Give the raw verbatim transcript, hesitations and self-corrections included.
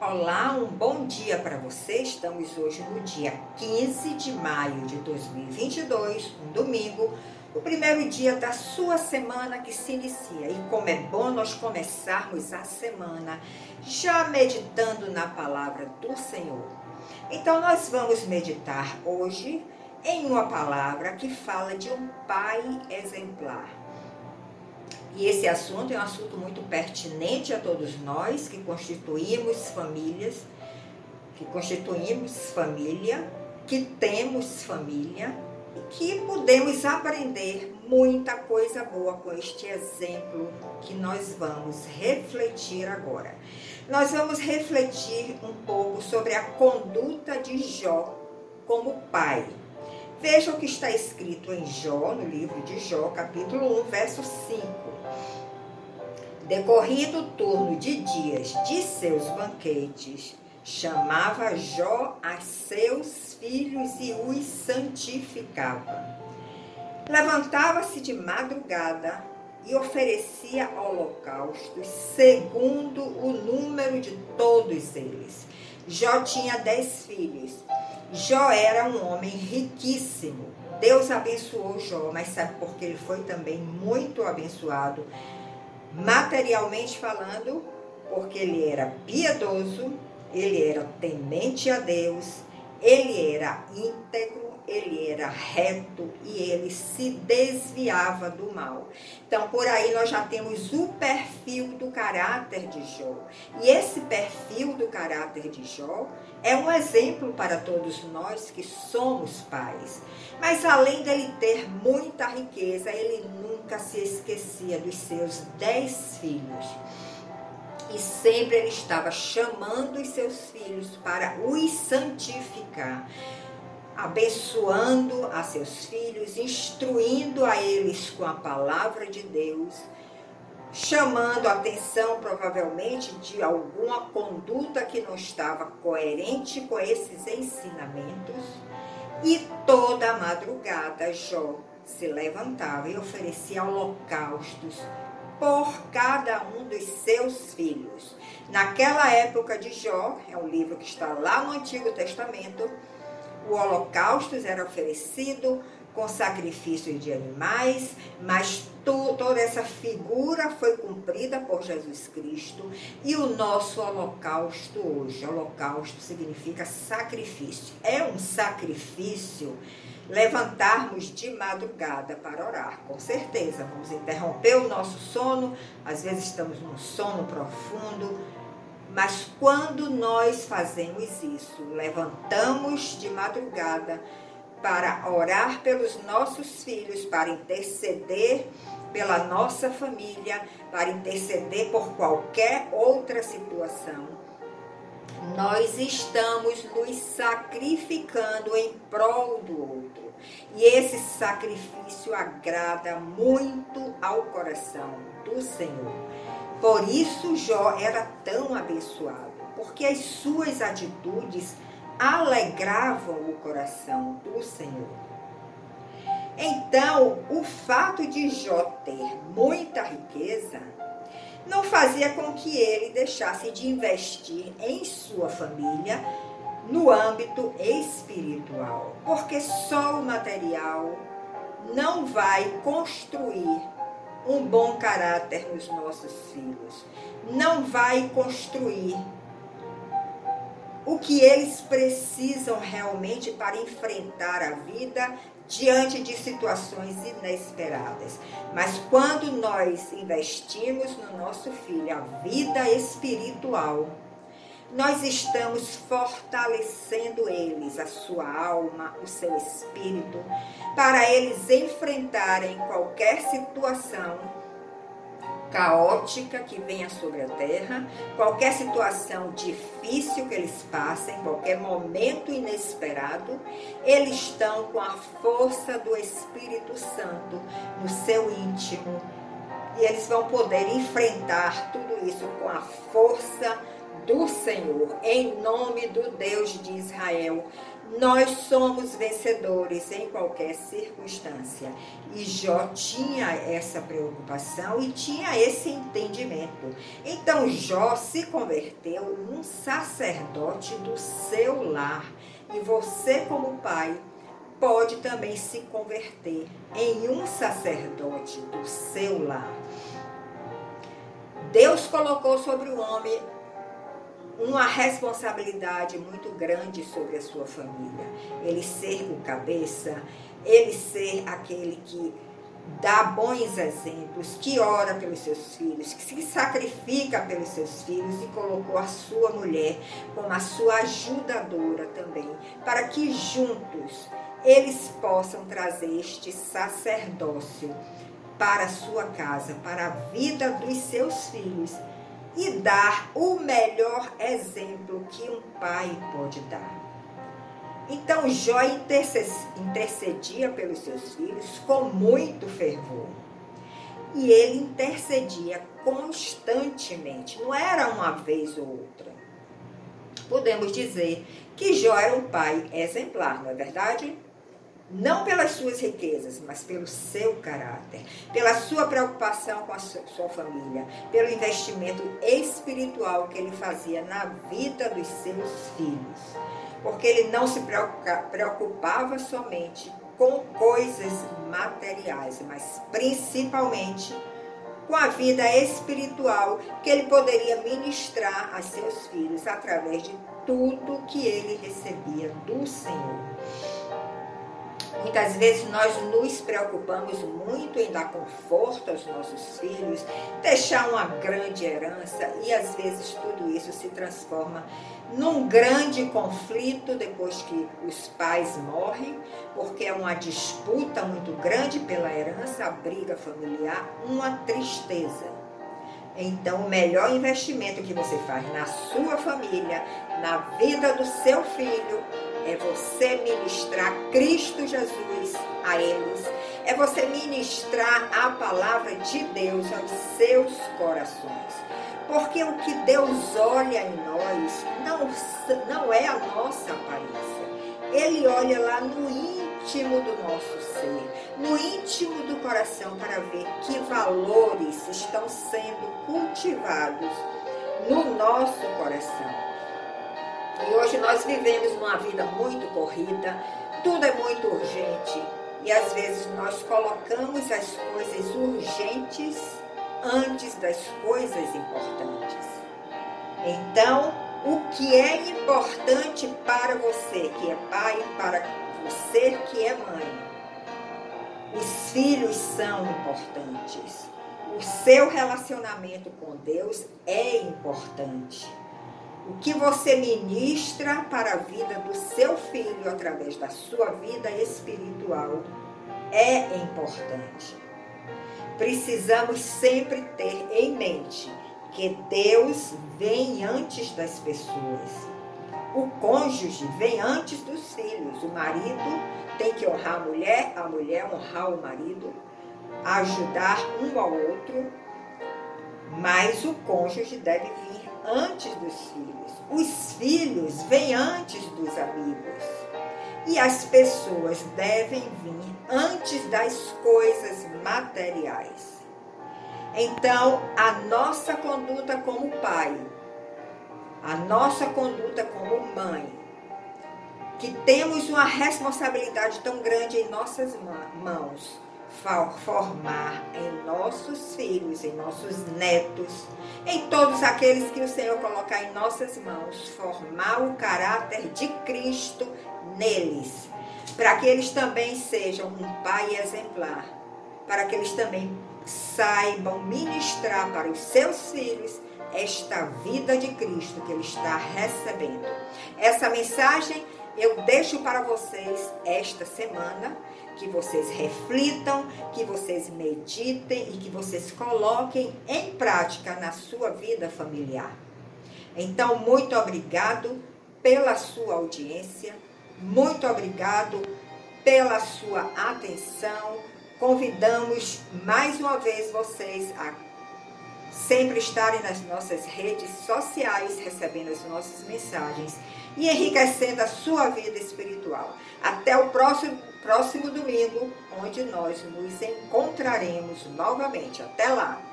Olá, um bom dia para você. Estamos hoje no dia quinze de maio de dois mil e vinte e dois, um domingo, o primeiro dia da sua semana que se inicia. E como é bom nós começarmos a semana já meditando na palavra do Senhor. Então nós vamos meditar hoje em uma palavra que fala de um pai exemplar. E esse assunto é um assunto muito pertinente a todos nós que constituímos famílias, que constituímos família, que temos família e que podemos aprender muita coisa boa com este exemplo que nós vamos refletir agora. Nós vamos refletir um pouco sobre a conduta de Jó como pai. Veja o que está escrito em Jó, no livro de Jó, capítulo um, verso cinco. Decorrido o turno de dias de seus banquetes, chamava Jó a seus filhos e os santificava. Levantava-se de madrugada e oferecia holocaustos segundo o número de todos eles. Jó tinha dez filhos. Jó era um homem riquíssimo. Deus abençoou Jó, mas sabe por que ele foi também muito abençoado? Materialmente falando, porque ele era piedoso, ele era temente a Deus, ele era íntegro, ele era reto e ele se desviava do mal. Então, por aí nós já temos o perfil do caráter de Jó. E esse perfil do caráter de Jó é um exemplo para todos nós que somos pais. Mas além dele ter muita riqueza, ele nunca se esquecia dos seus dez filhos. E sempre ele estava chamando os seus filhos para os santificar, abençoando a seus filhos, instruindo a eles com a palavra de Deus, chamando a atenção provavelmente de alguma conduta que não estava coerente com esses ensinamentos. E toda a madrugada Jó se levantava e oferecia holocaustos por cada um dos seus filhos. Naquela época de Jó, é um livro que está lá no Antigo Testamento, o holocausto era oferecido com sacrifício de animais, mas to, toda essa figura foi cumprida por Jesus Cristo. E o nosso holocausto hoje, holocausto significa sacrifício. É um sacrifício levantarmos de madrugada para orar, com certeza. Vamos interromper o nosso sono, às vezes estamos num sono profundo, mas quando nós fazemos isso, levantamos de madrugada para orar pelos nossos filhos, para interceder pela nossa família, para interceder por qualquer outra situação, nós estamos nos sacrificando em prol do outro. E esse sacrifício agrada muito ao coração do Senhor. Por isso Jó era tão abençoado, porque as suas atitudes alegravam o coração do Senhor. Então, o fato de Jó ter muita riqueza não fazia com que ele deixasse de investir em sua família no âmbito espiritual, porque só o material não vai construir um bom caráter nos nossos filhos, não vai construir o que eles precisam realmente para enfrentar a vida diante de situações inesperadas. Mas quando nós investimos no nosso filho a vida espiritual, nós estamos fortalecendo eles, a sua alma, o seu espírito, para eles enfrentarem qualquer situação caótica que venha sobre a terra, qualquer situação difícil que eles passem, qualquer momento inesperado, eles estão com a força do Espírito Santo no seu íntimo e eles vão poder enfrentar tudo isso com a força do Senhor, em nome do Deus de Israel. Nós somos vencedores em qualquer circunstância. E Jó tinha essa preocupação e tinha esse entendimento. Então Jó se converteu num sacerdote do seu lar. E você, como pai, pode também se converter em um sacerdote do seu lar. Deus colocou sobre o homem uma responsabilidade muito grande sobre a sua família. Ele ser o cabeça, ele ser aquele que dá bons exemplos, que ora pelos seus filhos, que se sacrifica pelos seus filhos e colocou a sua mulher como a sua ajudadora também, para que juntos eles possam trazer este sacerdócio para a sua casa, para a vida dos seus filhos, e dar o melhor exemplo que um pai pode dar. Então Jó intercedia pelos seus filhos com muito fervor. E ele intercedia constantemente, não era uma vez ou outra. Podemos dizer que Jó era um pai exemplar, não é verdade? Não pelas suas riquezas, mas pelo seu caráter, pela sua preocupação com a sua família, pelo investimento espiritual que ele fazia na vida dos seus filhos. Porque ele não se preocupava somente com coisas materiais, mas principalmente com a vida espiritual que ele poderia ministrar a seus filhos através de tudo que ele recebia do Senhor. Muitas vezes nós nos preocupamos muito em dar conforto aos nossos filhos, deixar uma grande herança, e às vezes tudo isso se transforma num grande conflito depois que os pais morrem, porque é uma disputa muito grande pela herança, a briga familiar, uma tristeza. Então, o melhor investimento que você faz na sua família, na vida do seu filho, é você ministrar Cristo Jesus a eles. É você ministrar a palavra de Deus aos seus corações. Porque o que Deus olha em nós não, não é a nossa aparência. Ele olha lá no íntimo do nosso ser, no íntimo do coração, para ver que valores estão sendo cultivados no nosso coração. E hoje nós vivemos uma vida muito corrida, tudo é muito urgente. E às vezes nós colocamos as coisas urgentes antes das coisas importantes. Então, o que é importante para você que é pai, para você que é mãe, os filhos são importantes. O seu relacionamento com Deus é importante. O que você ministra para a vida do seu filho através da sua vida espiritual é importante. Precisamos sempre ter em mente que Deus vem antes das pessoas. O cônjuge vem antes dos filhos. O marido tem que honrar a mulher, a mulher honrar o marido, ajudar um ao outro, mas o cônjuge deve vir antes dos filhos. Os filhos vêm antes dos amigos. E as pessoas devem vir antes das coisas materiais. Então, a nossa conduta como pai, a nossa conduta como mãe, que temos uma responsabilidade tão grande em nossas mãos, formar em nossos filhos, em nossos netos, em todos aqueles que o Senhor colocar em nossas mãos, formar o caráter de Cristo neles, para que eles também sejam um pai exemplar, para que eles também saibam ministrar para os seus filhos esta vida de Cristo que ele está recebendo. Essa mensagem eu deixo para vocês esta semana, que vocês reflitam, que vocês meditem e que vocês coloquem em prática na sua vida familiar. Então, muito obrigado pela sua audiência, muito obrigado pela sua atenção. Convidamos mais uma vez vocês a sempre estarem nas nossas redes sociais, recebendo as nossas mensagens e enriquecendo a sua vida espiritual. Até o próximo, próximo domingo, onde nós nos encontraremos novamente. Até lá!